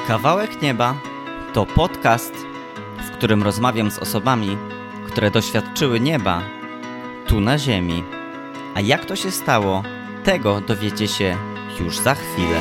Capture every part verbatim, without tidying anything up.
Kawałek Nieba to podcast, w którym rozmawiam z osobami, które doświadczyły nieba tu na ziemi. A jak to się stało, tego dowiecie się już za chwilę.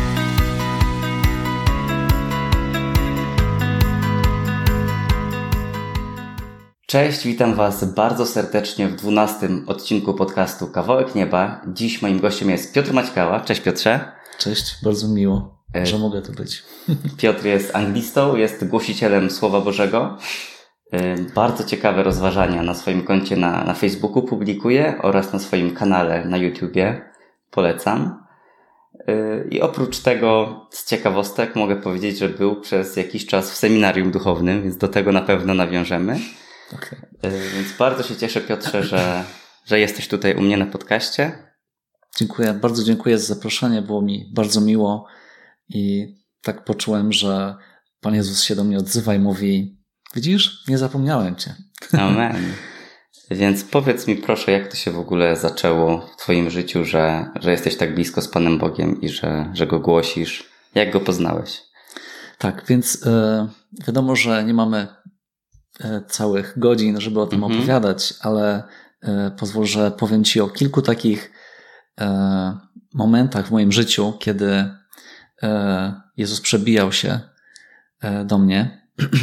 Cześć, witam Was bardzo serdecznie w dwunastym odcinku podcastu Kawałek Nieba. Dziś moim gościem jest Piotr Maćkała. Cześć Piotrze. Cześć, bardzo miło, że e... mogę tu być. Piotr jest anglistą, jest głosicielem Słowa Bożego. Bardzo ciekawe rozważania na swoim koncie na, na Facebooku publikuje oraz na swoim kanale na YouTubie. Polecam. I oprócz tego z ciekawostek mogę powiedzieć, że był przez jakiś czas w seminarium duchownym, więc do tego na pewno nawiążemy. Okay. Więc bardzo się cieszę, Piotrze, że, że jesteś tutaj u mnie na podcaście. Dziękuję, bardzo dziękuję za zaproszenie, było mi bardzo miło i tak poczułem, że Pan Jezus się do mnie odzywa i mówi: widzisz, nie zapomniałem Cię. Amen. Więc powiedz mi proszę, jak to się w ogóle zaczęło w Twoim życiu, że, że jesteś tak blisko z Panem Bogiem i że, że Go głosisz. Jak Go poznałeś? Tak, więc yy, wiadomo, że nie mamy yy, całych godzin, żeby o tym mm-hmm. opowiadać, ale yy, pozwól, że powiem Ci o kilku takich yy, momentach w moim życiu, kiedy yy, Jezus przebijał się yy, do mnie.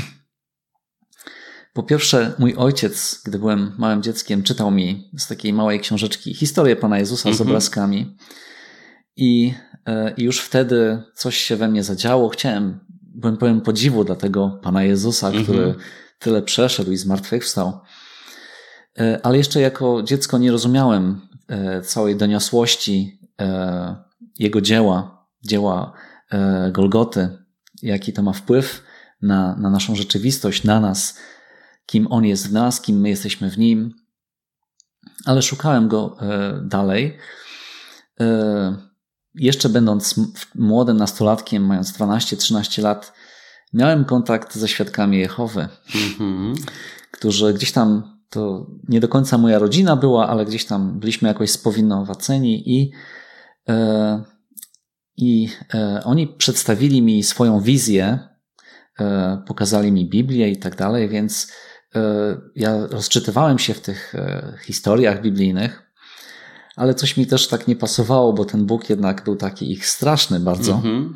Po pierwsze, mój ojciec, gdy byłem małym dzieckiem, czytał mi z takiej małej książeczki historię Pana Jezusa mm-hmm. z obrazkami i, i już wtedy coś się we mnie zadziało. Chciałem, byłem pełen podziwu dla tego Pana Jezusa, mm-hmm. który tyle przeszedł i zmartwychwstał. Ale jeszcze jako dziecko nie rozumiałem całej doniosłości Jego dzieła, dzieła Golgoty, jaki to ma wpływ na, na naszą rzeczywistość, na nas, kim On jest w nas, kim my jesteśmy w Nim. Ale szukałem Go e, dalej. E, jeszcze będąc młodym nastolatkiem, mając dwanaście trzynaście lat, miałem kontakt ze świadkami Jehowy, mm-hmm. którzy gdzieś tam, to nie do końca moja rodzina była, ale gdzieś tam byliśmy jakoś spowinowaceni i, e, i e, oni przedstawili mi swoją wizję, e, pokazali mi Biblię i tak dalej, więc ja rozczytywałem się w tych historiach biblijnych, ale coś mi też tak nie pasowało, bo ten Bóg jednak był taki ich straszny bardzo. Mm-hmm.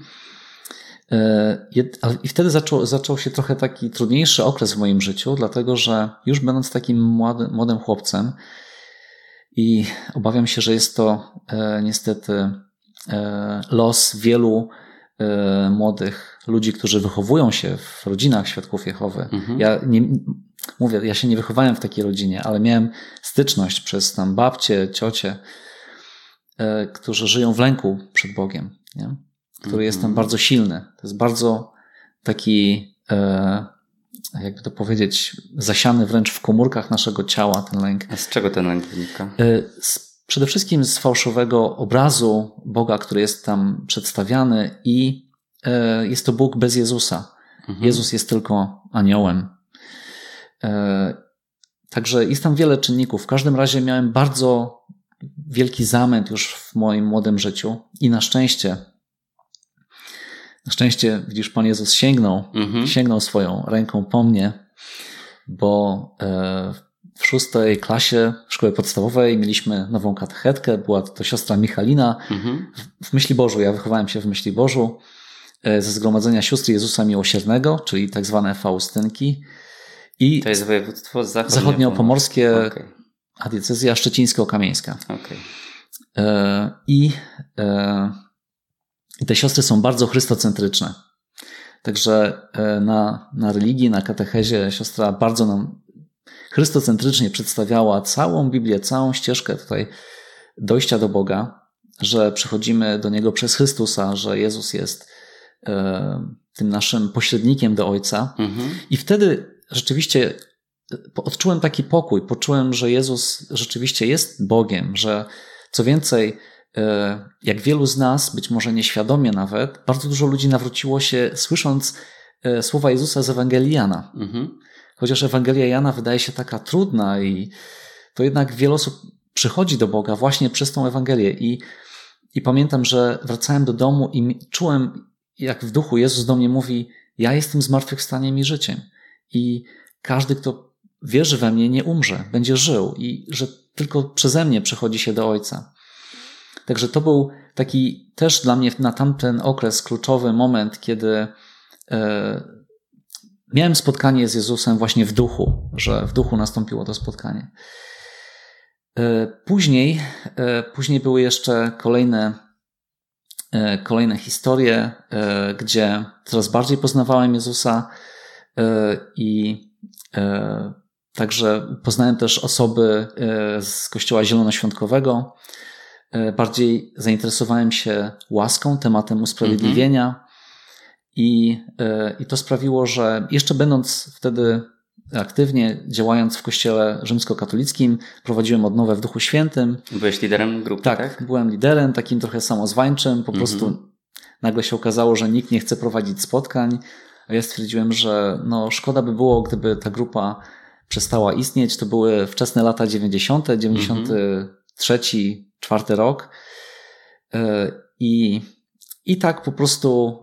I wtedy zaczął, zaczął się trochę taki trudniejszy okres w moim życiu, dlatego że już będąc takim młodym, młodym chłopcem i obawiam się, że jest to niestety los wielu młodych ludzi, którzy wychowują się w rodzinach świadków Jehowy. Mm-hmm. Ja nie, mówię, ja się nie wychowałem w takiej rodzinie, ale miałem styczność przez tam babcie, ciocie, e, którzy żyją w lęku przed Bogiem, nie? Który mm-hmm. jest tam bardzo silny. To jest bardzo taki, e, jakby to powiedzieć, zasiany wręcz w komórkach naszego ciała ten lęk. A z czego ten lęk wynika? E, z, przede wszystkim z fałszywego obrazu Boga, który jest tam przedstawiany i e, jest to Bóg bez Jezusa. Mm-hmm. Jezus jest tylko aniołem. Także jest tam wiele czynników. W każdym razie miałem bardzo wielki zamęt już w moim młodym życiu i na szczęście, na szczęście, widzisz, Pan Jezus sięgnął, mm-hmm. sięgnął swoją ręką po mnie, bo w szóstej klasie szkoły podstawowej mieliśmy nową katechetkę, była to siostra Michalina mm-hmm. w Myśli Bożu. Ja wychowałem się w Myśli Bożu ze Zgromadzenia Sióstr Jezusa Miłosiernego, czyli tak zwane Faustynki. I to jest województwo zachodnio- zachodniopomorskie, okay. A diecezja szczecińsko-kamieńska. Okay. E, i, e, I te siostry są bardzo chrystocentryczne. Także e, na, na religii, na katechezie siostra bardzo nam chrystocentrycznie przedstawiała całą Biblię, całą ścieżkę tutaj dojścia do Boga, że przychodzimy do Niego przez Chrystusa, że Jezus jest e, tym naszym pośrednikiem do Ojca. Mm-hmm. I wtedy rzeczywiście odczułem taki pokój, poczułem, że Jezus rzeczywiście jest Bogiem, że co więcej, jak wielu z nas, być może nieświadomie nawet, bardzo dużo ludzi nawróciło się słysząc słowa Jezusa z Ewangelii Jana. Mhm. Chociaż Ewangelia Jana wydaje się taka trudna i to jednak wiele osób przychodzi do Boga właśnie przez tą Ewangelię. I, i pamiętam, że wracałem do domu i czułem jak w duchu Jezus do mnie mówi, ja jestem zmartwychwstaniem i życiem. I każdy, kto wierzy we mnie, nie umrze, będzie żył i że tylko przeze mnie przechodzi się do Ojca. Także to był taki też dla mnie na tamten okres kluczowy moment, kiedy e, miałem spotkanie z Jezusem właśnie w duchu, że w duchu nastąpiło to spotkanie. E, później, e, później były jeszcze kolejne, e, kolejne historie, e, gdzie coraz bardziej poznawałem Jezusa e, i e, także poznałem też osoby e, z Kościoła Zielonoświątkowego. Bardziej zainteresowałem się łaską, tematem usprawiedliwienia mm-hmm. i, i to sprawiło, że jeszcze będąc wtedy aktywnie działając w kościele rzymskokatolickim, prowadziłem odnowę w Duchu Świętym. Byłeś liderem grupy, tak? Tak, byłem liderem, takim trochę samozwańczym. Po mm-hmm. prostu nagle się okazało, że nikt nie chce prowadzić spotkań, a ja stwierdziłem, że no szkoda by było, gdyby ta grupa przestała istnieć. To były wczesne lata dziewięćdziesiąte, dziewięćdziesiąty trzeci czwarty rok i, i tak po prostu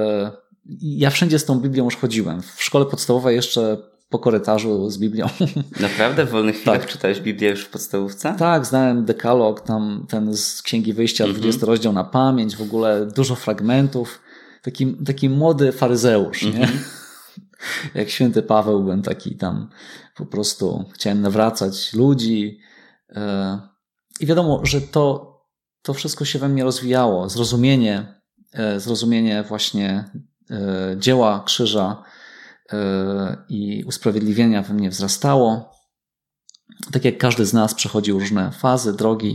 ja wszędzie z tą Biblią już chodziłem. W szkole podstawowej jeszcze po korytarzu z Biblią. Naprawdę? W wolnych chwilach tak. czytałeś Biblię już w podstawówce? Tak, znałem dekalog, tam ten z Księgi Wyjścia, mm-hmm. dwudziesty rozdział na pamięć, w ogóle dużo fragmentów. Taki, taki młody faryzeusz, mm-hmm. nie? Jak święty Paweł byłem taki tam po prostu chciałem nawracać ludzi. I wiadomo, że to, to wszystko się we mnie rozwijało. Zrozumienie, zrozumienie właśnie dzieła krzyża i usprawiedliwienia we mnie wzrastało. Tak jak każdy z nas przechodził różne fazy, drogi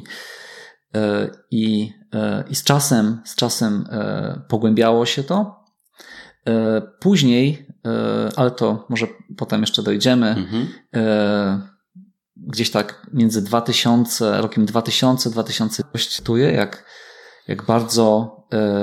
i, i z czasem, z czasem pogłębiało się to. Później, ale to może potem jeszcze dojdziemy, mhm. gdzieś tak między dwa tysiące, rokiem dwa tysiące, dwa tysiące czuję, jak, jak bardzo,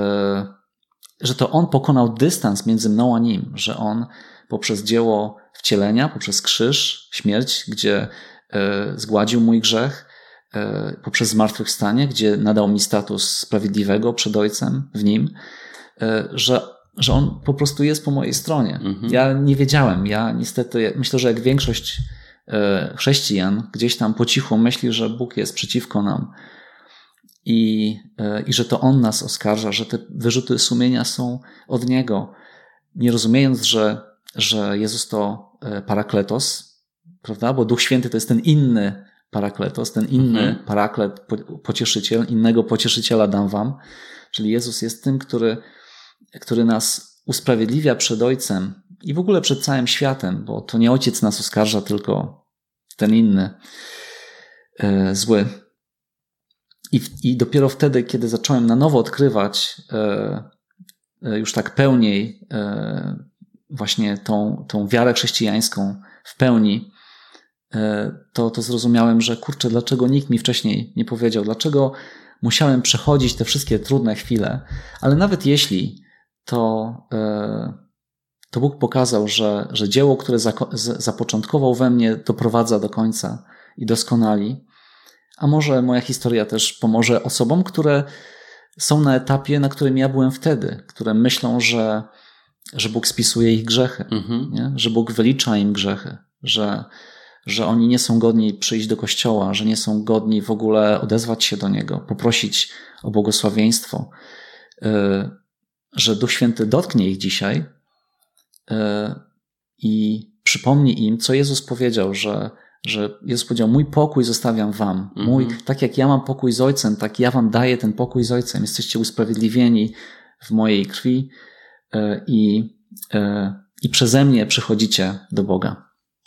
że to On pokonał dystans między mną a Nim, że On poprzez dzieło wcielenia, poprzez krzyż, śmierć, gdzie zgładził mój grzech, poprzez zmartwychwstanie, gdzie nadał mi status sprawiedliwego przed Ojcem w Nim, że że On po prostu jest po mojej stronie. Mhm. Ja nie wiedziałem, ja niestety, myślę, że jak większość chrześcijan gdzieś tam po cichu myśli, że Bóg jest przeciwko nam i, i że to On nas oskarża, że te wyrzuty sumienia są od Niego, nie rozumiejąc, że, że Jezus to parakletos, prawda? Bo Duch Święty to jest ten inny parakletos, ten inny mhm. paraklet, pocieszyciel, innego pocieszyciela dam wam, czyli Jezus jest tym, który który nas usprawiedliwia przed Ojcem i w ogóle przed całym światem, bo to nie Ojciec nas oskarża, tylko ten inny, e, zły. I, I dopiero wtedy, kiedy zacząłem na nowo odkrywać e, e, już tak pełniej e, właśnie tą, tą wiarę chrześcijańską w pełni, e, to, to zrozumiałem, że kurczę, dlaczego nikt mi wcześniej nie powiedział, dlaczego musiałem przechodzić te wszystkie trudne chwile, ale nawet jeśli to, to Bóg pokazał, że, że dzieło, które zapoczątkował we mnie, doprowadza do końca i doskonali. A może moja historia też pomoże osobom, które są na etapie, na którym ja byłem wtedy, które myślą, że, że Bóg spisuje ich grzechy, mhm. nie? Że Bóg wylicza im grzechy, że, że oni nie są godni przyjść do Kościoła, że nie są godni w ogóle odezwać się do Niego, poprosić o błogosławieństwo, że Duch Święty dotknie ich dzisiaj i przypomni im, co Jezus powiedział, że, że Jezus powiedział, mój pokój zostawiam wam. Mój, mm-hmm. tak jak ja mam pokój z Ojcem, tak ja wam daję ten pokój z Ojcem. Jesteście usprawiedliwieni w mojej krwi i, i przeze mnie przychodzicie do Boga.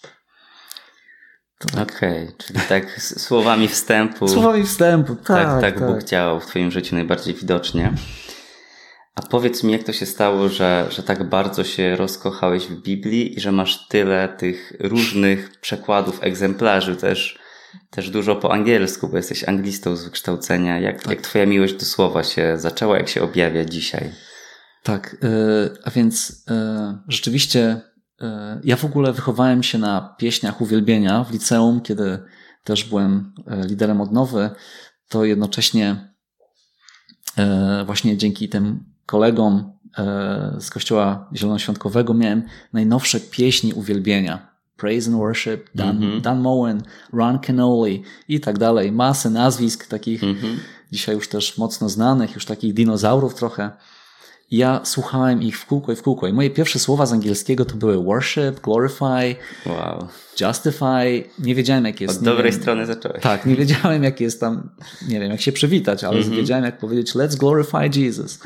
Tak. Okej, okay, czyli tak słowami wstępu. Słowami wstępu, tak. Tak, tak, tak. Bóg działał w twoim życiu najbardziej widocznie. A powiedz mi, jak to się stało, że, że tak bardzo się rozkochałeś w Biblii i że masz tyle tych różnych przekładów, egzemplarzy, też, też dużo po angielsku, bo jesteś anglistą z wykształcenia. Jak, tak. jak twoja miłość do słowa się zaczęła, jak się objawia dzisiaj? Tak, a więc rzeczywiście ja w ogóle wychowałem się na pieśniach uwielbienia w liceum, kiedy też byłem liderem odnowy, to jednocześnie właśnie dzięki tym kolegom z kościoła zielonoświątkowego miałem najnowsze pieśni uwielbienia. Praise and Worship, Dan, mm-hmm. Dan Moen, Ron Kenoly i tak dalej. Masę nazwisk takich mm-hmm. dzisiaj już też mocno znanych, już takich dinozaurów trochę. I ja słuchałem ich w kółko i w kółko. I moje pierwsze słowa z angielskiego to były worship, glorify, wow. justify. Nie wiedziałem, jak jest. Od dobrej wiem, strony zacząłeś. Tak, nie wiedziałem, jak jest tam, nie wiem, jak się przywitać, ale mm-hmm. wiedziałem, jak powiedzieć let's glorify Jesus.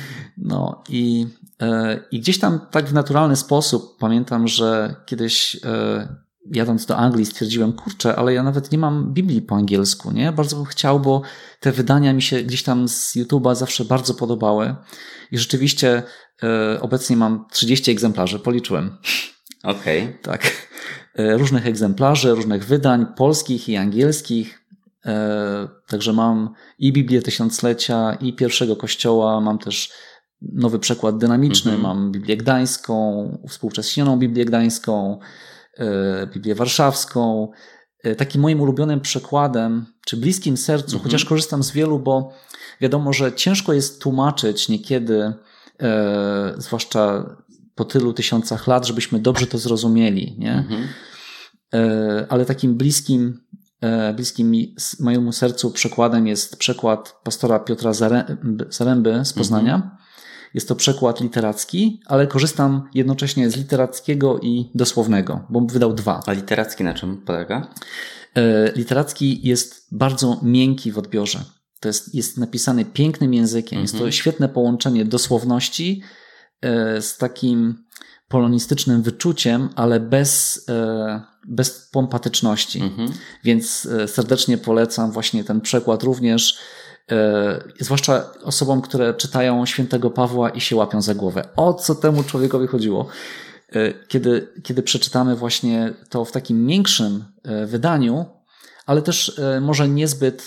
No i, e, i gdzieś tam tak w naturalny sposób pamiętam, że kiedyś e, jadąc do Anglii stwierdziłem, kurczę, ale ja nawet nie mam Biblii po angielsku, nie? Bardzo bym chciał, bo te wydania mi się gdzieś tam z YouTube'a zawsze bardzo podobały i rzeczywiście e, obecnie mam trzydzieści egzemplarzy, policzyłem. Okej. Okay. Tak. E, różnych egzemplarzy, różnych wydań, polskich i angielskich. E, także mam i Biblię Tysiąclecia, i Pierwszego Kościoła, mam też nowy przekład dynamiczny, mm-hmm. mam Biblię Gdańską, współcześnioną Biblię Gdańską, e, Biblię Warszawską. E, takim moim ulubionym przekładem, czy bliskim sercu, mm-hmm. chociaż korzystam z wielu, bo wiadomo, że ciężko jest tłumaczyć niekiedy, e, zwłaszcza po tylu tysiącach lat, żebyśmy dobrze to zrozumieli, nie? Mm-hmm. E, ale takim bliskim, e, bliskim mojemu sercu przekładem jest przekład pastora Piotra Zaręby z Poznania. Mm-hmm. Jest to przekład literacki, ale korzystam jednocześnie z literackiego i dosłownego, bo wydał dwa. A literacki na czym polega? E, literacki jest bardzo miękki w odbiorze. To jest, jest napisany pięknym językiem. Mm-hmm. Jest to świetne połączenie dosłowności e, z takim polonistycznym wyczuciem, ale bez, e, bez pompatyczności. Mm-hmm. Więc e, serdecznie polecam właśnie ten przekład również. Yy, zwłaszcza osobom, które czytają Świętego Pawła i się łapią za głowę. O co temu człowiekowi chodziło? Yy, kiedy, kiedy przeczytamy właśnie to w takim większym yy, wydaniu, ale też yy, może niezbyt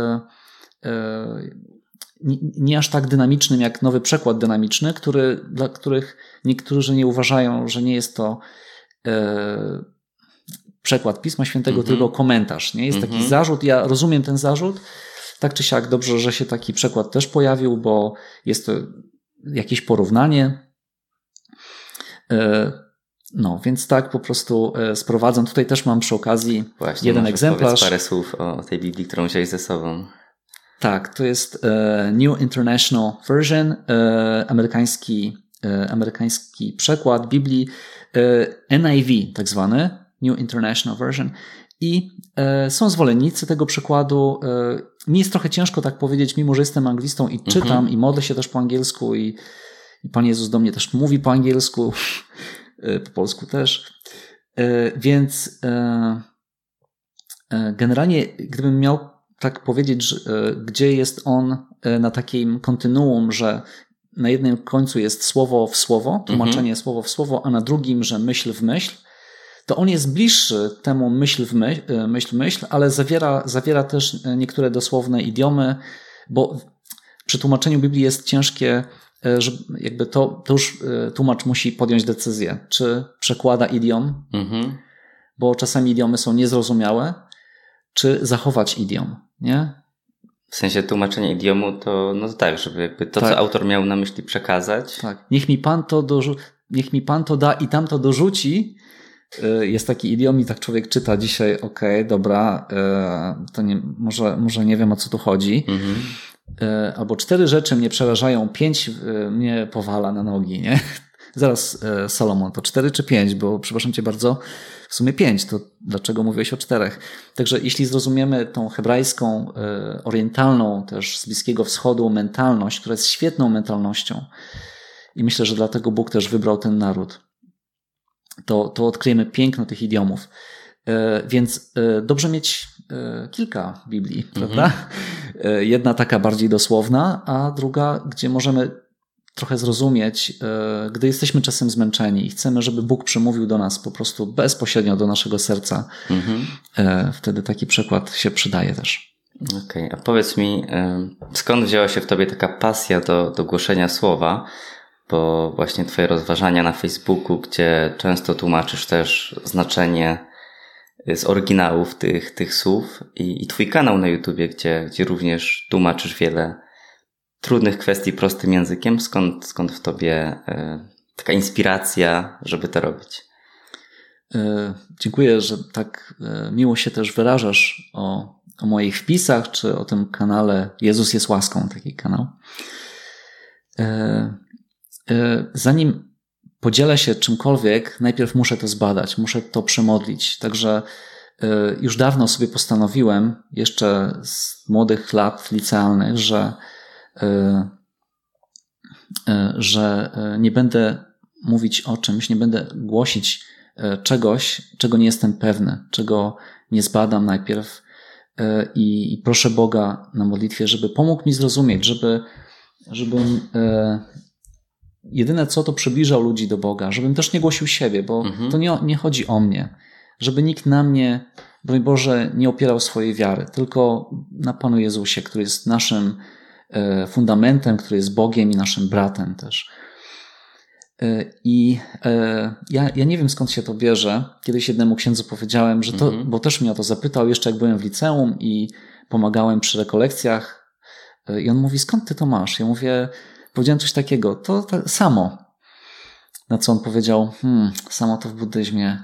yy, yy, nie, nie aż tak dynamicznym jak nowy przekład dynamiczny, który, dla których niektórzy nie uważają, że nie jest to yy, przekład Pisma Świętego, mm-hmm. tylko komentarz. Nie? Jest mm-hmm. taki zarzut, ja rozumiem ten zarzut. Tak czy siak dobrze, że się taki przekład też pojawił, bo jest to jakieś porównanie. No, więc tak po prostu sprowadzam. Tutaj też mam przy okazji Właśnie, jeden egzemplarz. Powiedz parę słów o tej Biblii, którą wziąłeś ze sobą. Tak, to jest New International Version, amerykański, amerykański przekład Biblii, N I V tak zwany, New International Version. I e, są zwolennicy tego przykładu. E, mi jest trochę ciężko tak powiedzieć, mimo że jestem anglistą i czytam mhm. i modlę się też po angielsku i, i Pan Jezus do mnie też mówi po angielsku, e, po polsku też. E, więc e, e, generalnie gdybym miał tak powiedzieć, że, e, gdzie jest on e, na takim kontynuum, że na jednym końcu jest słowo w słowo, tłumaczenie mhm. słowo w słowo, a na drugim, że myśl w myśl, to on jest bliższy temu myśl w myśl, myśl, myśl, ale zawiera, zawiera też niektóre dosłowne idiomy, bo przy tłumaczeniu Biblii jest ciężkie, że jakby to, to już tłumacz musi podjąć decyzję, czy przekłada idiom, mhm. bo czasami idiomy są niezrozumiałe, czy zachować idiom, nie? W sensie tłumaczenie idiomu to, no tak, żeby jakby to, tak. co autor miał na myśli przekazać. Tak. Niech mi Pan to dorzu- niech mi Pan to da i tam to dorzuci. Jest taki idiom i tak człowiek czyta dzisiaj, okej, okay, dobra, to nie, może, może nie wiem, o co tu chodzi. Mhm. Albo cztery rzeczy mnie przerażają, pięć mnie powala na nogi, nie? Zaraz, Salomon, to cztery czy pięć? Bo przepraszam cię bardzo, w sumie pięć, to dlaczego mówiłeś o czterech? Także jeśli zrozumiemy tą hebrajską, orientalną, też z Bliskiego Wschodu mentalność, która jest świetną mentalnością i myślę, że dlatego Bóg też wybrał ten naród, to, to odkryjemy piękno tych idiomów. E, więc e, dobrze mieć e, kilka Biblii, mm-hmm. prawda? E, jedna taka bardziej dosłowna, a druga, gdzie możemy trochę zrozumieć, e, gdy jesteśmy czasem zmęczeni i chcemy, żeby Bóg przemówił do nas po prostu bezpośrednio do naszego serca. Mm-hmm. E, wtedy taki przekład się przydaje też. Okej, okay. A powiedz mi, e, skąd wzięła się w tobie taka pasja do, do głoszenia słowa? Bo właśnie twoje rozważania na Facebooku, gdzie często tłumaczysz też znaczenie z oryginałów tych, tych słów i, i twój kanał na YouTubie, gdzie, gdzie również tłumaczysz wiele trudnych kwestii prostym językiem. Skąd, skąd w tobie e, taka inspiracja, żeby to robić? E, dziękuję, że tak e, miło się też wyrażasz o, o moich wpisach, czy o tym kanale Jezus jest łaską, taki kanał. E, e, zanim podzielę się czymkolwiek, najpierw muszę to zbadać, muszę to przemodlić. Także e, już dawno sobie postanowiłem, jeszcze z młodych lat licealnych, że że nie będę mówić o czymś, nie będę głosić czegoś, czego nie jestem pewny, czego nie zbadam najpierw i, i proszę Boga na modlitwie, żeby pomógł mi zrozumieć, żeby, żebym jedyne co to przybliżał ludzi do Boga, żebym też nie głosił siebie, bo mhm. to nie, nie chodzi o mnie, żeby nikt na mnie, broń Boże, nie opierał swojej wiary, tylko na Panu Jezusie, który jest naszym fundamentem, który jest Bogiem i naszym bratem też. I ja, ja nie wiem, skąd się to bierze. Kiedyś jednemu księdzu powiedziałem, że to, mm-hmm. bo też mnie o to zapytał jeszcze jak byłem w liceum i pomagałem przy rekolekcjach. I on mówi, skąd ty to masz? Ja mówię, powiedziałem coś takiego, to, to samo. Na co on powiedział, hmm, samo to w buddyzmie.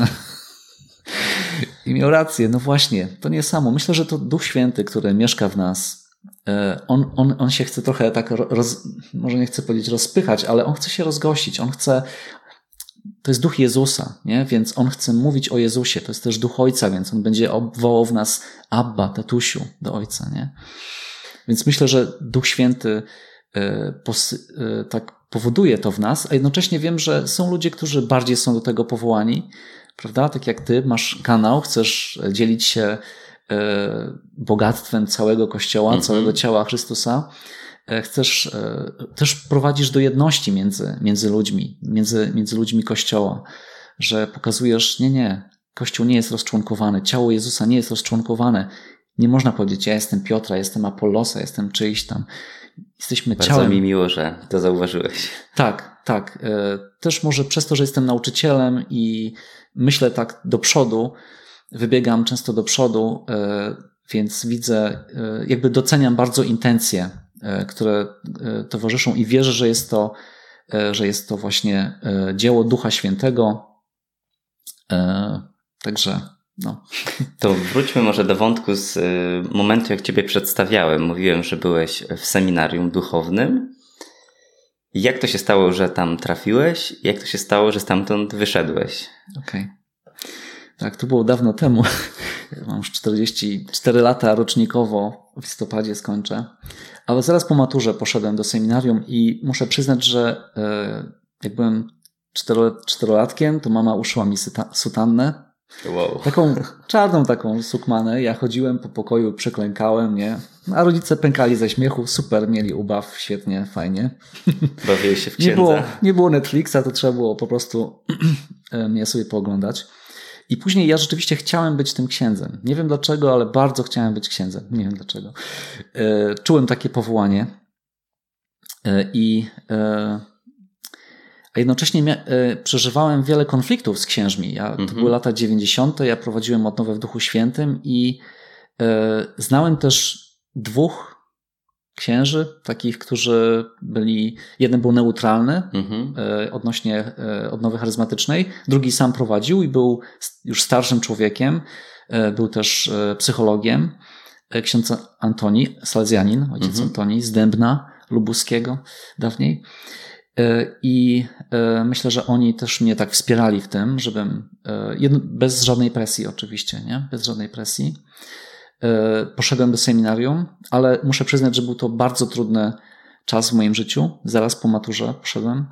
I miał rację, no właśnie, to nie samo. Myślę, że to Duch Święty, który mieszka w nas, On, on, on się chce trochę tak, roz, może nie chcę powiedzieć rozpychać, ale on chce się rozgościć, on chce, to jest Duch Jezusa, nie? Więc on chce mówić o Jezusie, to jest też Duch Ojca, więc on będzie wołał w nas Abba, tatusiu do Ojca, nie? Więc myślę, że Duch Święty y, posy, y, tak powoduje to w nas, a jednocześnie wiem, że są ludzie, którzy bardziej są do tego powołani, prawda? Tak jak ty masz kanał, chcesz dzielić się bogactwem całego Kościoła, mm-hmm. całego ciała Chrystusa, chcesz, też prowadzisz do jedności między, między ludźmi, między, między ludźmi Kościoła, że pokazujesz, nie, nie, Kościół nie jest rozczłonkowany, ciało Jezusa nie jest rozczłonkowane. Nie można powiedzieć, ja jestem Piotra, jestem Apollosa, jestem czyjś tam. Jesteśmy Bardzo ciałem. mi miło, że to zauważyłeś. Tak, tak. Też może przez to, że jestem nauczycielem i myślę tak do przodu, wybiegam często do przodu, więc widzę, jakby doceniam bardzo intencje, które towarzyszą i wierzę, że jest to, że jest to właśnie dzieło Ducha Świętego. Także no. To wróćmy może do wątku z momentu, jak ciebie przedstawiałem. Mówiłem, że byłeś w seminarium duchownym. Jak to się stało, że tam trafiłeś? Jak to się stało, że stamtąd wyszedłeś? Okej. Okay. Tak, to było dawno temu. Mam już czterdzieści cztery lata rocznikowo, w listopadzie skończę. Ale zaraz po maturze poszedłem do seminarium i muszę przyznać, że jak byłem czterolatkiem, to mama uszyła mi sutannę. Wow. Taką czarną taką sukmanę. Ja chodziłem po pokoju, przeklękałem, nie? A rodzice pękali ze śmiechu. Super, mieli ubaw, świetnie, fajnie. Bawili się w księdza. Nie było, nie było Netflixa, to trzeba było po prostu mnie sobie pooglądać. I później ja rzeczywiście chciałem być tym księdzem. Nie wiem dlaczego, ale bardzo chciałem być księdzem. Nie wiem dlaczego. Czułem takie powołanie. I a jednocześnie mia- przeżywałem wiele konfliktów z księżmi. Ja, to mm-hmm. były lata dziewięćdziesiąte. Ja prowadziłem odnowę w Duchu Świętym i znałem też dwóch księży, takich, którzy byli, jeden był neutralny mm-hmm. odnośnie odnowy charyzmatycznej, drugi sam prowadził i był już starszym człowiekiem, był też psychologiem, ksiądz Antoni, salezjanin, ojciec mm-hmm. Antoni z Dębna Lubuskiego dawniej. I myślę, że oni też mnie tak wspierali w tym, żebym, bez żadnej presji oczywiście, nie? Bez żadnej presji. Poszedłem do seminarium, ale muszę przyznać, że był to bardzo trudny czas w moim życiu. Zaraz po maturze poszedłem.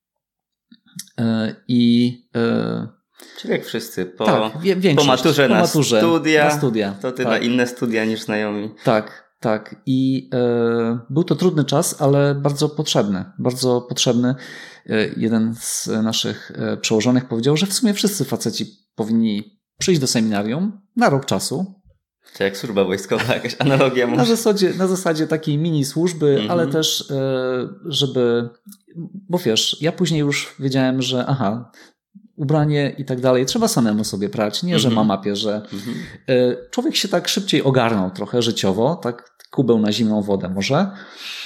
I czyli jak wszyscy, po, tak, po maturze, po na, maturze studia, na studia, to ty tak. na inne studia niż znajomi. Tak, tak. I e, był to trudny czas, ale bardzo potrzebny. Bardzo potrzebny. E, jeden z naszych przełożonych powiedział, że w sumie wszyscy faceci powinni przyjść do seminarium na rok czasu. To jak służba wojskowa, jakaś analogia może. Na zasadzie, na zasadzie takiej mini służby, mm-hmm. ale też e, żeby, bo wiesz, ja później już wiedziałem, że aha, ubranie i tak dalej trzeba samemu sobie prać, nie, mm-hmm. że mama pierze. Mm-hmm. E, człowiek się tak szybciej ogarnął trochę życiowo, tak kubeł na zimną wodę może.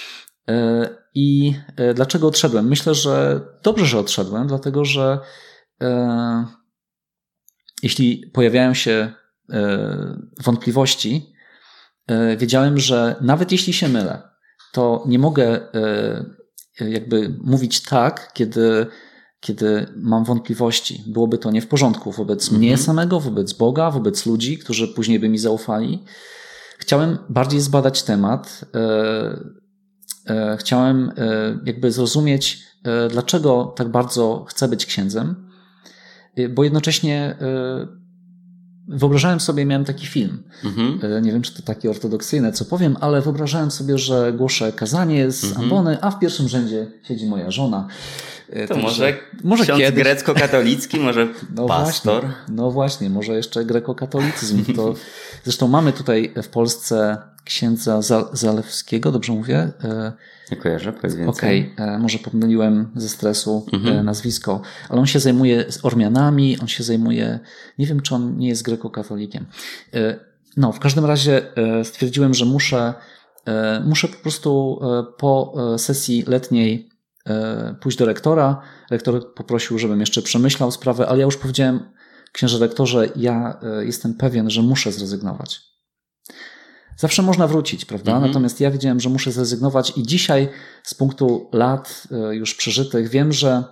I dlaczego odszedłem? Myślę, że dobrze, że odszedłem, dlatego że e, jeśli pojawiają się e, wątpliwości, e, wiedziałem, że nawet jeśli się mylę, to nie mogę e, jakby mówić tak, kiedy, kiedy mam wątpliwości. Byłoby to nie w porządku wobec mhm. mnie samego, wobec Boga, wobec ludzi, którzy później by mi zaufali. Chciałem bardziej zbadać temat. E, Chciałem jakby zrozumieć, dlaczego tak bardzo chcę być księdzem, bo jednocześnie wyobrażałem sobie, miałem taki film, mhm. nie wiem, czy to takie ortodoksyjne, co powiem, ale wyobrażałem sobie, że głoszę kazanie z mhm. ambony, a w pierwszym rzędzie siedzi moja żona. To Także, może, może ksiądz kiedyś... grecko-katolicki, może no pastor. Właśnie, no właśnie, może jeszcze grekokatolicyzm. To, zresztą mamy tutaj w Polsce księdza Zalewskiego, dobrze mówię? Nie kojarzę, powiedz więcej. Okej, okay, może pomyliłem ze stresu mhm. nazwisko, ale on się zajmuje Ormianami, on się zajmuje, nie wiem, czy on nie jest grekokatolikiem. No, w każdym razie stwierdziłem, że muszę, muszę po prostu po sesji letniej pójść do rektora. Rektor poprosił, żebym jeszcze przemyślał sprawę, ale ja już powiedziałem, księże rektorze, ja jestem pewien, że muszę zrezygnować. Zawsze można wrócić, prawda? Mhm. Natomiast ja wiedziałem, że muszę zrezygnować i dzisiaj z punktu lat już przeżytych wiem, że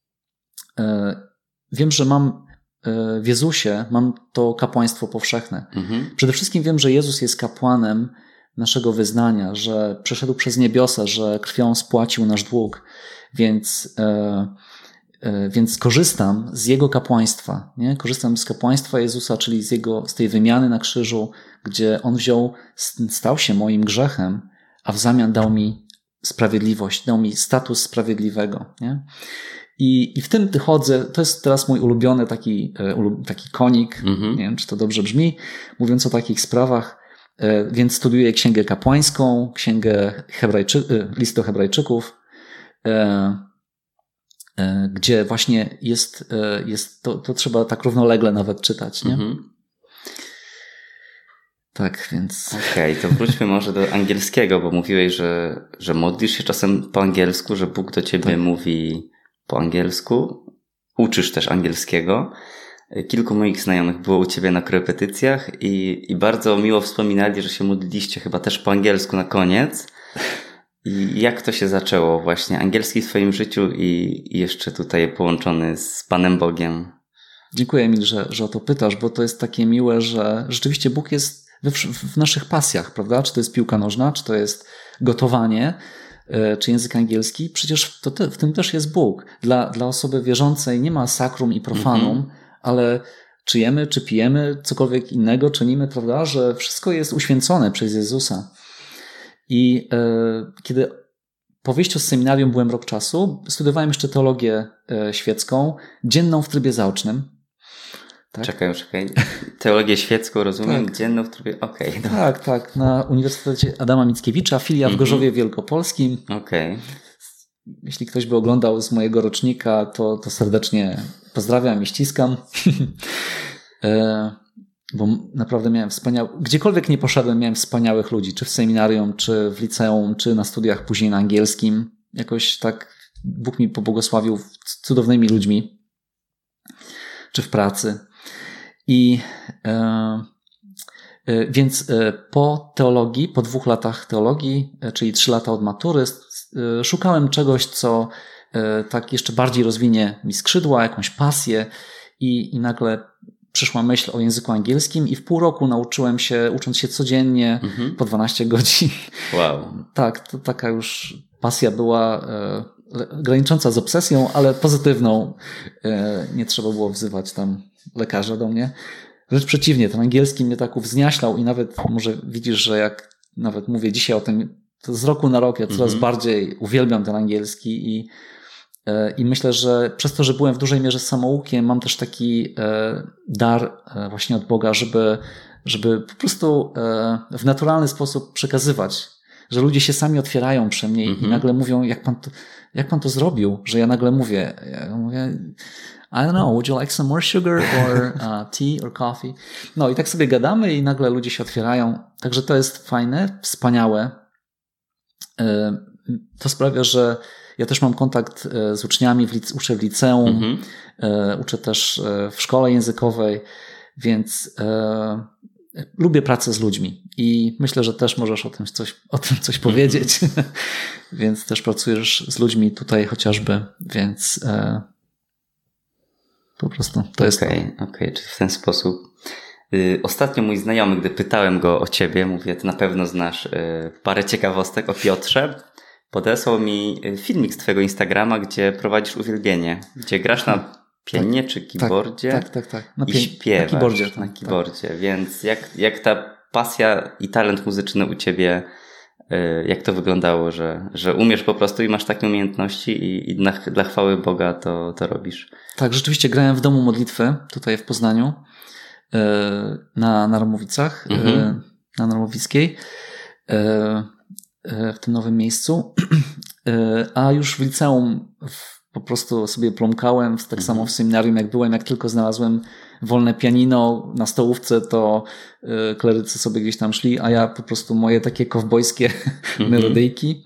wiem, że mam w Jezusie, mam to kapłaństwo powszechne. Mhm. Przede wszystkim wiem, że Jezus jest kapłanem naszego wyznania, że przeszedł przez niebiosa, że krwią spłacił nasz dług, więc, e, e, więc korzystam z Jego kapłaństwa, nie? Korzystam z kapłaństwa Jezusa, czyli z Jego, z tej wymiany na krzyżu, gdzie On wziął, stał się moim grzechem, a w zamian dał mi sprawiedliwość, dał mi status sprawiedliwego, nie? I, I w tym chodzę, to jest teraz mój ulubiony taki, taki konik, mhm. nie wiem, czy to dobrze brzmi, mówiąc o takich sprawach. Więc studiuję Księgę Kapłańską, Księgę Hebrajczy... List do Hebrajczyków, gdzie właśnie jest, jest to, to trzeba tak równolegle nawet czytać, nie? Mhm. Tak, więc... Okej, okay, to wróćmy może do angielskiego, bo mówiłeś, że, że modlisz się czasem po angielsku, że Bóg do ciebie tak. mówi po angielsku. Uczysz też angielskiego. Kilku moich znajomych było u ciebie na korepetycjach i, i bardzo miło wspominali, że się modliliście chyba też po angielsku na koniec. I jak to się zaczęło właśnie? Angielski w twoim życiu i, i jeszcze tutaj połączony z Panem Bogiem. Dziękuję, Emil, że, że o to pytasz, bo to jest takie miłe, że rzeczywiście Bóg jest w, w naszych pasjach, prawda? Czy to jest piłka nożna, czy to jest gotowanie, czy język angielski. Przecież to te, w tym też jest Bóg. Dla, dla osoby wierzącej nie ma sakrum i profanum, mm-hmm. ale czy jemy, czy pijemy, cokolwiek innego czynimy, prawda, że wszystko jest uświęcone przez Jezusa. I e, kiedy po wyjściu z seminarium byłem rok czasu, studiowałem jeszcze teologię e, świecką, dzienną w trybie zaocznym. Tak? Czekaj, czekaj. Teologię świecką, rozumiem, tak. Dzienną w trybie... Okej. Okay, tak, tak. Na Uniwersytecie Adama Mickiewicza, filia w Gorzowie Wielkopolskim. Okej. Okay. Jeśli ktoś by oglądał z mojego rocznika, to, to serdecznie pozdrawiam i ściskam. Bo naprawdę miałem wspaniałe... Gdziekolwiek nie poszedłem, miałem wspaniałych ludzi. Czy w seminarium, czy w liceum, czy na studiach później na angielskim. Jakoś tak Bóg mi pobłogosławił cudownymi ludźmi. Czy w pracy. I e, e, więc e, po teologii, po dwóch latach teologii, e, czyli trzy lata od matury, e, szukałem czegoś, co e, tak jeszcze bardziej rozwinie mi skrzydła, jakąś pasję i, i nagle przyszła myśl o języku angielskim i w pół roku nauczyłem się, ucząc się codziennie mhm. po dwanaście godzin. Wow. Tak, to taka już pasja była e, granicząca z obsesją, ale pozytywną. E, nie trzeba było wzywać tam lekarza do mnie. Wręcz przeciwnie, ten angielski mnie tak uwzniaślał i nawet może widzisz, że jak nawet mówię dzisiaj o tym, to z roku na rok ja coraz mm-hmm. bardziej uwielbiam ten angielski i, e, i myślę, że przez to, że byłem w dużej mierze samoukiem, mam też taki e, dar e, właśnie od Boga, żeby, żeby po prostu e, w naturalny sposób przekazywać, że ludzie się sami otwierają przy mnie mm-hmm. i nagle mówią, jak pan to, jak pan to zrobił, że ja nagle mówię, ja mówię I don't know, would you like some more sugar or uh, tea or coffee? No i tak sobie gadamy i nagle ludzie się otwierają. Także to jest fajne, wspaniałe. to sprawia, że ja też mam kontakt z uczniami, w lic- uczę w liceum, mhm. uczę też w szkole językowej, więc e, lubię pracę z ludźmi i myślę, że też możesz o tym coś, o tym coś powiedzieć, więc też pracujesz z ludźmi tutaj chociażby, więc e, po prostu to jest Okej, okay, okej, okay, czyli w ten sposób. Yy, ostatnio mój znajomy, gdy pytałem go o ciebie, mówię, ty na pewno znasz yy, parę ciekawostek o Piotrze, podesłał mi filmik z twojego Instagrama, gdzie prowadzisz uwielbienie, gdzie grasz na pianinie tak, czy keyboardzie tak, tak, tak, tak. Na i pian- śpiewasz na keyboardzie, tak, na keyboardzie. Tak. Więc jak, jak ta pasja i talent muzyczny u ciebie, yy, jak to wyglądało, że, że umiesz po prostu i masz takie umiejętności i, i dla, dla chwały Boga to, to robisz? Tak, rzeczywiście grałem w domu modlitwy tutaj w Poznaniu na Narmowicach, mhm. na Narmowickiej, w tym nowym miejscu, a już w liceum po prostu sobie plomkałem, tak mhm. samo w seminarium jak byłem, jak tylko znalazłem wolne pianino na stołówce, to klerycy sobie gdzieś tam szli, a ja po prostu moje takie kowbojskie mhm. melodyjki,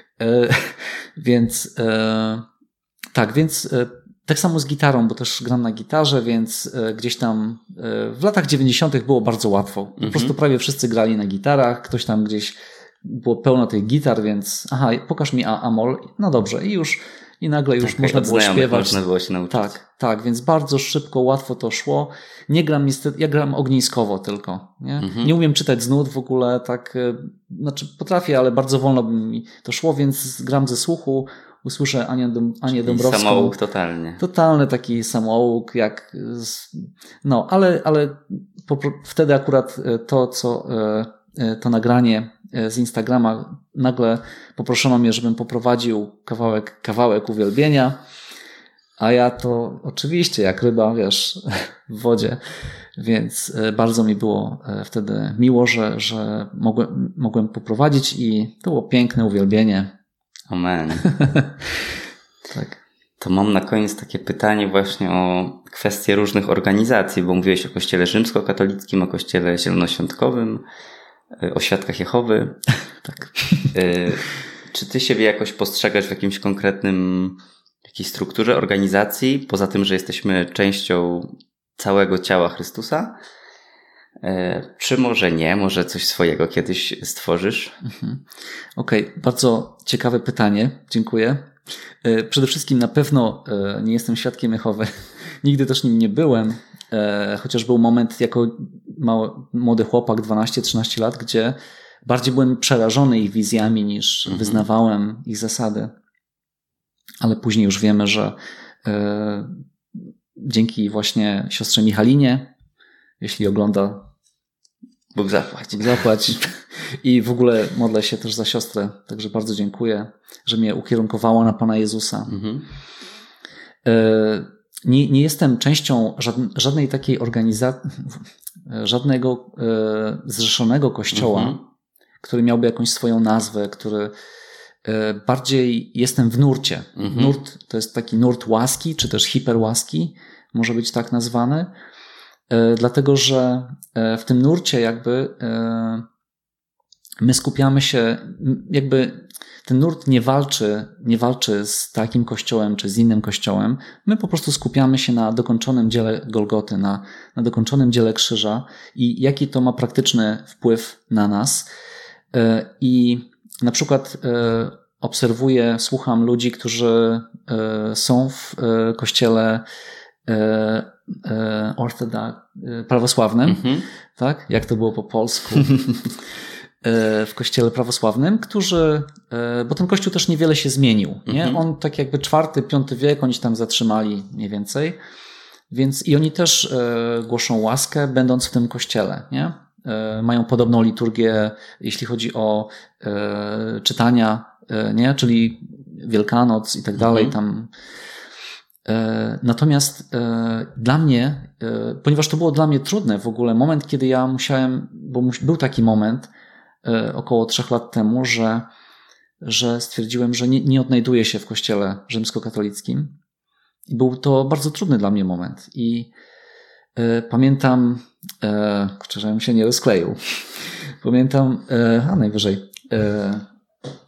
więc tak, więc tak samo z gitarą, bo też gram na gitarze, więc gdzieś tam w latach dziewięćdziesiątych było bardzo łatwo. Po mm-hmm. prostu prawie wszyscy grali na gitarach, ktoś tam gdzieś było pełno tych gitar, więc aha, pokaż mi A-moll, no dobrze i już i nagle już okay, można było śpiewać. Można było się nauczyć. Tak, tak, więc bardzo szybko, łatwo to szło. Nie gram niestety, ja gram ogniskowo tylko. Nie, mm-hmm. nie umiem czytać z nut w ogóle, tak, znaczy potrafię, ale bardzo wolno by mi to szło, więc gram ze słuchu. Usłyszę Anię, Dom- Anię Dąbrowską. Samouk totalnie. Totalny taki samouk, jak, no, ale, ale po, wtedy akurat to, co, to nagranie z Instagrama, nagle poproszono mnie, żebym poprowadził kawałek, kawałek uwielbienia, a ja to oczywiście jak ryba, wiesz, w wodzie, więc bardzo mi było wtedy miło, że, że mogłem, mogłem poprowadzić i to było piękne uwielbienie. Amen. Tak. To mam na koniec takie pytanie właśnie o kwestie różnych organizacji, bo mówiłeś o Kościele Rzymskokatolickim, o Kościele Zielonoświątkowym, o Świadkach Jehowy. Tak. Czy ty siebie jakoś postrzegasz w jakimś konkretnym, jakiejś strukturze organizacji, poza tym, że jesteśmy częścią całego ciała Chrystusa? Czy może nie? Może coś swojego kiedyś stworzysz? Mhm. Okej, okay. Bardzo ciekawe pytanie. Dziękuję. Przede wszystkim na pewno nie jestem świadkiem Jehowy. Nigdy też nim nie byłem. Chociaż był moment jako mały, młody chłopak, dwanaście trzynaście lat, gdzie bardziej byłem przerażony ich wizjami niż mhm. wyznawałem ich zasady. Ale później już wiemy, że dzięki właśnie siostrze Michalinie, jeśli ogląda, Bóg zapłać. Bóg zapłać. I w ogóle modlę się też za siostrę. Także bardzo dziękuję, że mnie ukierunkowała na Pana Jezusa. Mhm. Nie, nie jestem częścią żadnej takiej organizacji, żadnego zrzeszonego kościoła, mhm. który miałby jakąś swoją nazwę, który bardziej jestem w nurcie. Mhm. Nurt to jest taki nurt łaski, czy też hiperłaski, może być tak nazwany. Dlatego, że w tym nurcie jakby my skupiamy się, jakby ten nurt nie walczy, nie walczy z takim kościołem czy z innym kościołem. My po prostu skupiamy się na dokończonym dziele Golgoty, na, na dokończonym dziele krzyża i jaki to ma praktyczny wpływ na nas. I na przykład obserwuję, słucham ludzi, którzy są w kościele ortodoks, prawosławnym, mm-hmm. tak? Jak to było po polsku? W kościele prawosławnym, którzy, bo ten kościół też niewiele się zmienił, nie? Mm-hmm. On tak jakby czwarty, piąty wiek, oni się tam zatrzymali mniej więcej, więc i oni też głoszą łaskę, będąc w tym kościele, nie? Mają podobną liturgię, jeśli chodzi o czytania, nie? Czyli Wielkanoc i tak dalej, mm-hmm. tam. Natomiast dla mnie, ponieważ to było dla mnie trudne w ogóle, moment, kiedy ja musiałem, bo był taki moment około trzech lat temu, że, że stwierdziłem, że nie, nie odnajduję się w kościele rzymskokatolickim. I był to bardzo trudny dla mnie moment. I pamiętam, kurczę, żebym się nie rozkleił, pamiętam, a najwyżej,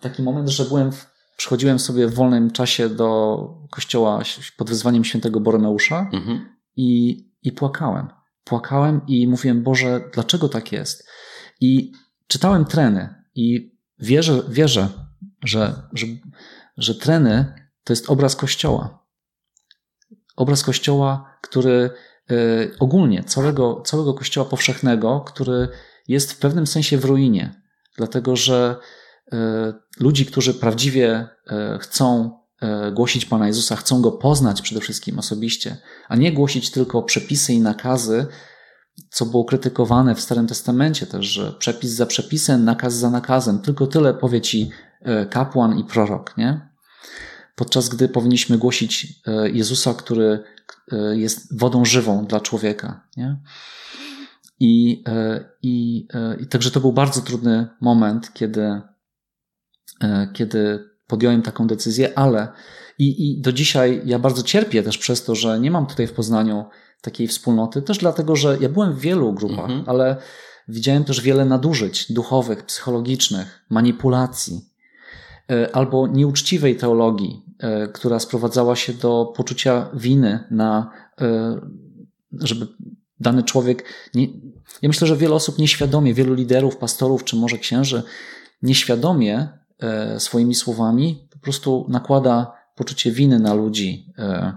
taki moment, że byłem, w, przychodziłem sobie w wolnym czasie do kościoła pod wezwaniem świętego Boromeusza mhm. i, i płakałem. Płakałem i mówiłem, Boże, dlaczego tak jest? I czytałem treny i wierzę, wierzę że, że, że treny to jest obraz Kościoła. Obraz Kościoła, który y, ogólnie, całego, całego Kościoła powszechnego, który jest w pewnym sensie w ruinie. Dlatego, że y, ludzi, którzy prawdziwie y, chcą y, głosić Pana Jezusa, chcą Go poznać przede wszystkim osobiście, a nie głosić tylko przepisy i nakazy, co było krytykowane w Starym Testamencie też, że przepis za przepisem, nakaz za nakazem. Tylko tyle powie ci kapłan i prorok, nie? Podczas gdy powinniśmy głosić Jezusa, który jest wodą żywą dla człowieka, nie? I, i, i także to był bardzo trudny moment, kiedy, kiedy podjąłem taką decyzję, ale i, i do dzisiaj ja bardzo cierpię też przez to, że nie mam tutaj w Poznaniu takiej wspólnoty, też dlatego, że ja byłem w wielu grupach, mhm. ale widziałem też wiele nadużyć duchowych, psychologicznych, manipulacji albo nieuczciwej teologii, która sprowadzała się do poczucia winy na, żeby dany człowiek, nie, ja myślę, że wiele osób nieświadomie, wielu liderów, pastorów, czy może księży, nieświadomie swoimi słowami po prostu nakłada poczucie winy na ludzi.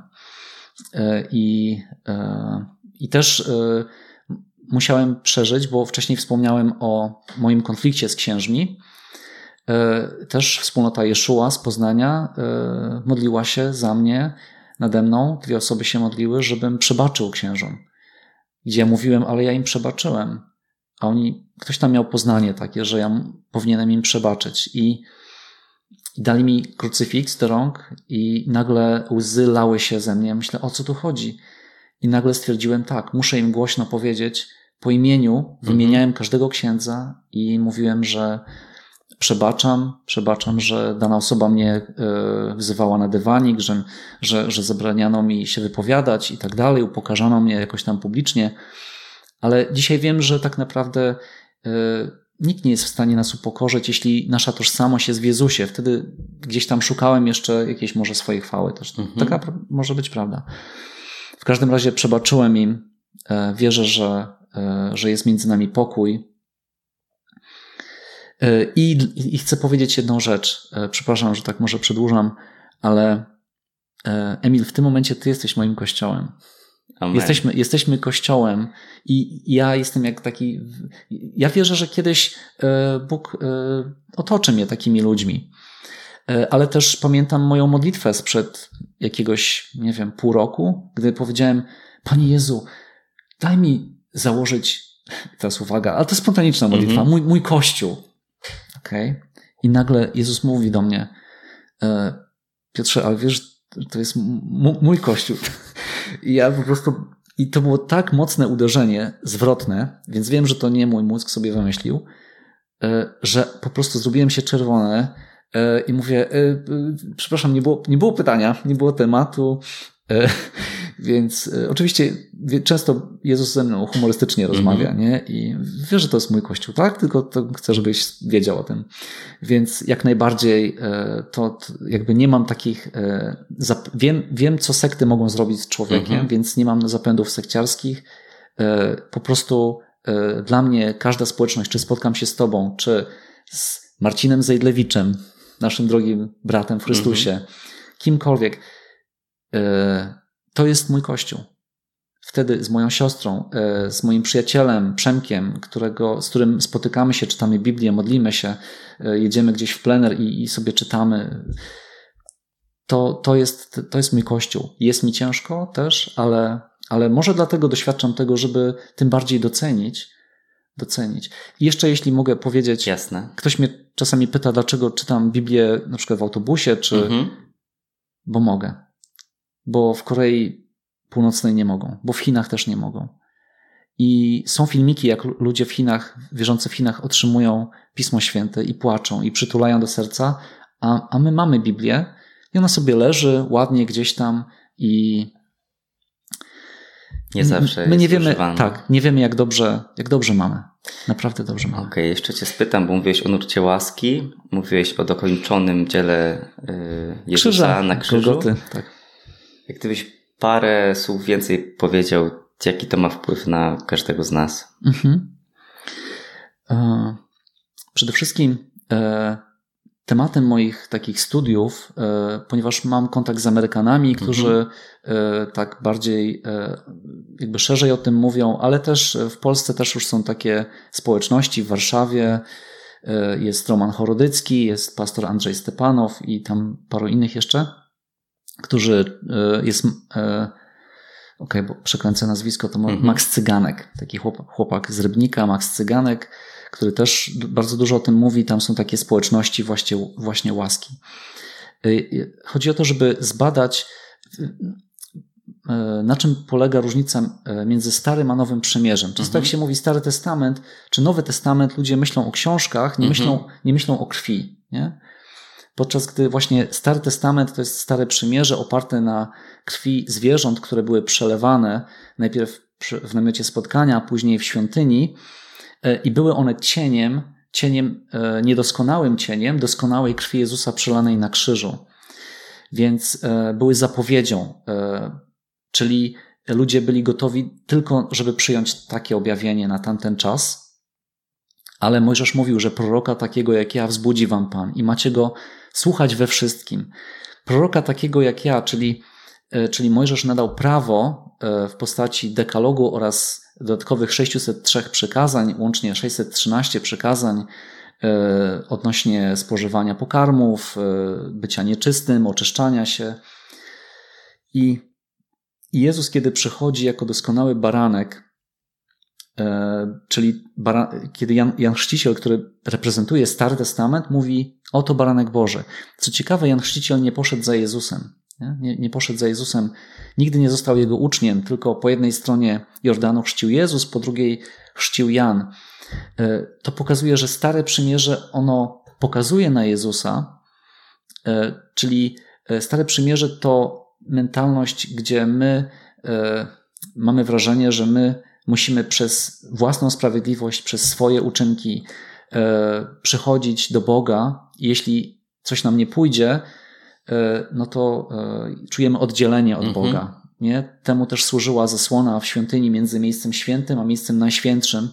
I, i też musiałem przeżyć, bo wcześniej wspomniałem o moim konflikcie z księżmi. Też wspólnota Jeszua z Poznania modliła się za mnie, nade mną. Dwie osoby się modliły, żebym przebaczył księżom. Gdzie ja mówiłem, ale ja im przebaczyłem. A oni, ktoś tam miał poznanie takie, że ja powinienem im przebaczyć. I I dali mi krucyfiks do rąk i nagle łzy lały się ze mnie. Myślę, o co tu chodzi? I nagle stwierdziłem, tak, muszę im głośno powiedzieć po imieniu, wymieniałem każdego księdza i mówiłem, że przebaczam, przebaczam, że dana osoba mnie wzywała na dywanik, że, że, że zabraniano mi się wypowiadać i tak dalej, upokarzano mnie jakoś tam publicznie. Ale dzisiaj wiem, że tak naprawdę nikt nie jest w stanie nas upokorzyć, jeśli nasza tożsamość jest w Jezusie. Wtedy gdzieś tam szukałem jeszcze jakiejś może swojej chwały też. Mhm. Taka może być prawda. W każdym razie przebaczyłem im. Wierzę, że, że jest między nami pokój. I, I chcę powiedzieć jedną rzecz. Przepraszam, że tak może przedłużam, ale Emil, w tym momencie ty jesteś moim kościołem. Jesteśmy, jesteśmy kościołem i ja jestem jak taki... Ja wierzę, że kiedyś Bóg otoczy mnie takimi ludźmi. Ale też pamiętam moją modlitwę sprzed jakiegoś, nie wiem, pół roku, gdy powiedziałem, Panie Jezu, daj mi założyć, teraz uwaga, ale to jest spontaniczna modlitwa, mm-hmm. mój, mój kościół. Okay? I nagle Jezus mówi do mnie, Piotrze, ale wiesz, to jest m- mój kościół. I ja po prostu, i to było tak mocne uderzenie, zwrotne, więc wiem, że to nie mój mózg sobie wymyślił, że po prostu zrobiłem się czerwony i mówię, przepraszam, nie było, nie było pytania, nie było tematu, więc oczywiście często Jezus ze mną humorystycznie rozmawia, mm-hmm. nie? I wiesz, że to jest mój kościół, tak? Tylko to chcę, żebyś wiedział o tym. Więc jak najbardziej to, to jakby nie mam takich, wiem, wiem, co sekty mogą zrobić z człowiekiem, mm-hmm. więc nie mam zapędów sekciarskich. Po prostu dla mnie każda społeczność, czy spotkam się z tobą, czy z Marcinem Zejdlewiczem, naszym drogim bratem w Chrystusie, mm-hmm. kimkolwiek, to jest mój kościół. Wtedy z moją siostrą, z moim przyjacielem Przemkiem, którego, z którym spotykamy się, czytamy Biblię, modlimy się, jedziemy gdzieś w plener i, i sobie czytamy. To, to, jest, to jest mój kościół. Jest mi ciężko też, ale, ale może dlatego doświadczam tego, żeby tym bardziej docenić. docenić. I jeszcze jeśli mogę powiedzieć, Jasne. Ktoś mnie czasami pyta, dlaczego czytam Biblię na przykład w autobusie, czy mhm. bo mogę. Bo w Korei Północnej nie mogą, bo w Chinach też nie mogą. I są filmiki, jak ludzie w Chinach, wierzący w Chinach otrzymują Pismo Święte i płaczą i przytulają do serca, a, a my mamy Biblię i ona sobie leży ładnie gdzieś tam i nie zawsze my jest nie wiemy, używana. tak, nie wiemy jak dobrze, jak dobrze mamy. Naprawdę dobrze mamy. Okej, okay, jeszcze cię spytam, bo mówiłeś o nurcie łaski, mówiłeś o dokończonym dziele yy, Jezusa Krzyża, na krzyżu. Golgoty, tak. Jak gdybyś parę słów więcej powiedział, jaki to ma wpływ na każdego z nas? Mhm. E, przede wszystkim e, tematem moich takich studiów, e, ponieważ mam kontakt z Amerykanami, którzy e, tak bardziej e, jakby szerzej o tym mówią, ale też w Polsce też już są takie społeczności w Warszawie. E, jest Roman Chorodycki, jest pastor Andrzej Stepanow i tam paru innych jeszcze, którzy e, jest e, okej, okay, bo przekręcę nazwisko, to mhm. Max Cyganek, taki chłopak, chłopak z Rybnika, Max Cyganek, który też bardzo dużo o tym mówi. Tam są takie społeczności właśnie, właśnie łaski. Chodzi o to, żeby zbadać, na czym polega różnica między Starym a Nowym Przymierzem. Często mhm. jak się mówi Stary Testament czy Nowy Testament, ludzie myślą o książkach, nie, mhm. myślą, nie myślą o krwi. Nie? Podczas gdy właśnie Stary Testament to jest Stare Przymierze oparte na krwi zwierząt, które były przelewane najpierw w namiocie spotkania, a później w świątyni i były one cieniem, cieniem, niedoskonałym cieniem doskonałej krwi Jezusa przelanej na krzyżu. Więc były zapowiedzią, czyli ludzie byli gotowi tylko, żeby przyjąć takie objawienie na tamten czas. Ale Mojżesz mówił, że proroka takiego jak ja wzbudzi wam Pan i macie go słuchać we wszystkim. Proroka takiego jak ja, czyli, czyli Mojżesz nadał prawo w postaci dekalogu oraz dodatkowych sześciuset trzy przykazań, łącznie sześćset trzynaście przykazań odnośnie spożywania pokarmów, bycia nieczystym, oczyszczania się. I Jezus, kiedy przychodzi jako doskonały baranek, czyli bara- kiedy Jan, Jan Chrzciciel, który reprezentuje Stary Testament, mówi: oto baranek Boży. Co ciekawe, Jan Chrzciciel nie poszedł za Jezusem. Nie? Nie, nie poszedł za Jezusem. Nigdy nie został jego uczniem, tylko po jednej stronie Jordanu chrzcił Jezus, po drugiej chrzcił Jan. To pokazuje, że Stare Przymierze, ono pokazuje na Jezusa, czyli Stare Przymierze to mentalność, gdzie my mamy wrażenie, że my musimy przez własną sprawiedliwość, przez swoje uczynki e, przychodzić do Boga. Jeśli coś nam nie pójdzie, e, no to e, czujemy oddzielenie od mhm. Boga. Nie? Temu też służyła zasłona w świątyni między miejscem świętym a miejscem najświętszym.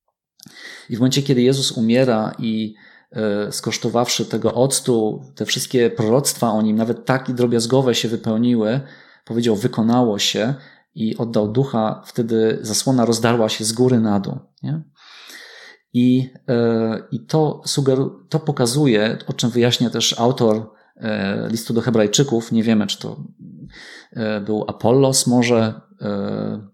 I w momencie, kiedy Jezus umiera i e, skosztowawszy tego octu, te wszystkie proroctwa o Nim, nawet tak i drobiazgowe się wypełniły, powiedział: wykonało się. I oddał ducha, wtedy zasłona rozdarła się z góry na dół. Nie? I, e, i to, sugeru, to pokazuje, o czym wyjaśnia też autor e, listu do Hebrajczyków. Nie wiemy, czy to e, był Apollos może, e,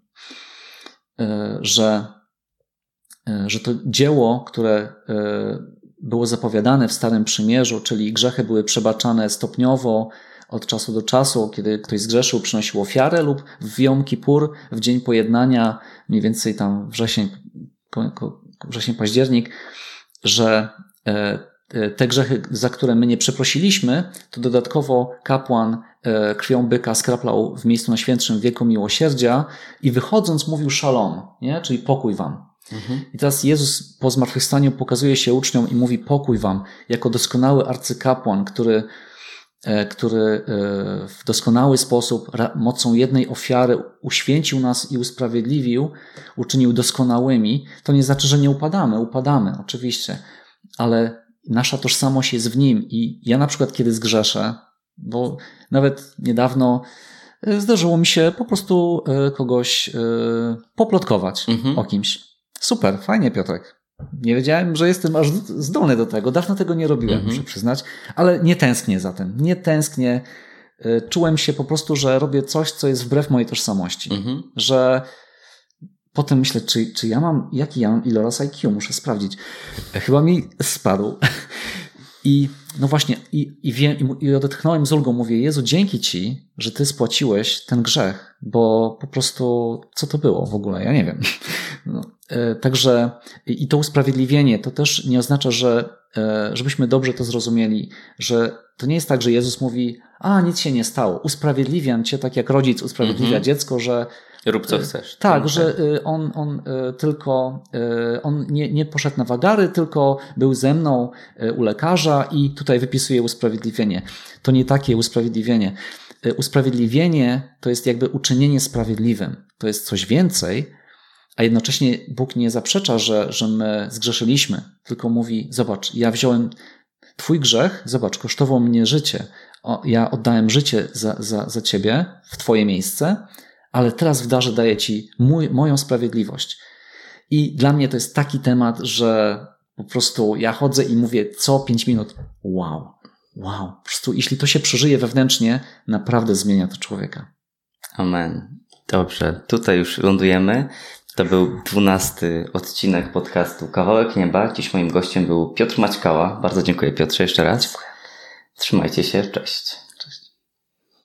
e, że, e, że to dzieło, które e, było zapowiadane w Starym Przymierzu, czyli grzechy były przebaczane stopniowo, od czasu do czasu, kiedy ktoś zgrzeszył, przynosił ofiarę, lub w Jom Kipur, w dzień pojednania, mniej więcej tam wrzesień, wrzesień, październik, że te grzechy, za które my nie przeprosiliśmy, to dodatkowo kapłan krwią byka skraplał w miejscu najświętszym wieku miłosierdzia i wychodząc mówił szalom, nie? Czyli pokój wam. Mhm. I teraz Jezus po zmartwychwstaniu pokazuje się uczniom i mówi: pokój wam, jako doskonały arcykapłan, który który w doskonały sposób mocą jednej ofiary uświęcił nas i usprawiedliwił, uczynił doskonałymi. To nie znaczy, że nie upadamy. Upadamy, oczywiście, ale nasza tożsamość jest w Nim. I ja na przykład, kiedy zgrzeszę, bo nawet niedawno zdarzyło mi się po prostu kogoś poplotkować mhm. o kimś. Super, fajnie, Piotrek. Nie wiedziałem, że jestem aż zdolny do tego. Dawno tego nie robiłem, mm-hmm. muszę przyznać, ale nie tęsknię za tym. Nie tęsknię. Czułem się po prostu, że robię coś, co jest wbrew mojej tożsamości. Mm-hmm. Że potem myślę, czy, czy ja mam, jaki ja mam iloraz I Q? Muszę sprawdzić. Chyba mi spadł. I no właśnie, i, i, wiem, i odetchnąłem z ulgą, mówię: Jezu, dzięki Ci, że Ty spłaciłeś ten grzech, bo po prostu co to było w ogóle? Ja nie wiem. No, e, także i to usprawiedliwienie to też nie oznacza, że e, żebyśmy dobrze to zrozumieli, że to nie jest tak, że Jezus mówi: a nic się nie stało, usprawiedliwiam Cię, tak jak rodzic usprawiedliwia mm-hmm. dziecko, że Rób co chcesz. Tak, tak, że on, on tylko, on nie, nie poszedł na wagary, tylko był ze mną u lekarza i tutaj wypisuje usprawiedliwienie. To nie takie usprawiedliwienie. Usprawiedliwienie to jest jakby uczynienie sprawiedliwym. To jest coś więcej, a jednocześnie Bóg nie zaprzecza, że, że my zgrzeszyliśmy, tylko mówi, zobacz, ja wziąłem twój grzech, zobacz, kosztował mnie życie. O, ja oddałem życie za, za, za ciebie w twoje miejsce, ale teraz w darze daję ci mój, moją sprawiedliwość. I dla mnie to jest taki temat, że po prostu ja chodzę i mówię co pięć minut, wow, wow. Po prostu jeśli to się przeżyje wewnętrznie, naprawdę zmienia to człowieka. Amen. Dobrze, tutaj już lądujemy. To był dwunasty odcinek podcastu Kawałek Nieba. Dziś moim gościem był Piotr Maćkała. Bardzo dziękuję, Piotrze, jeszcze raz. Trzymajcie się, cześć.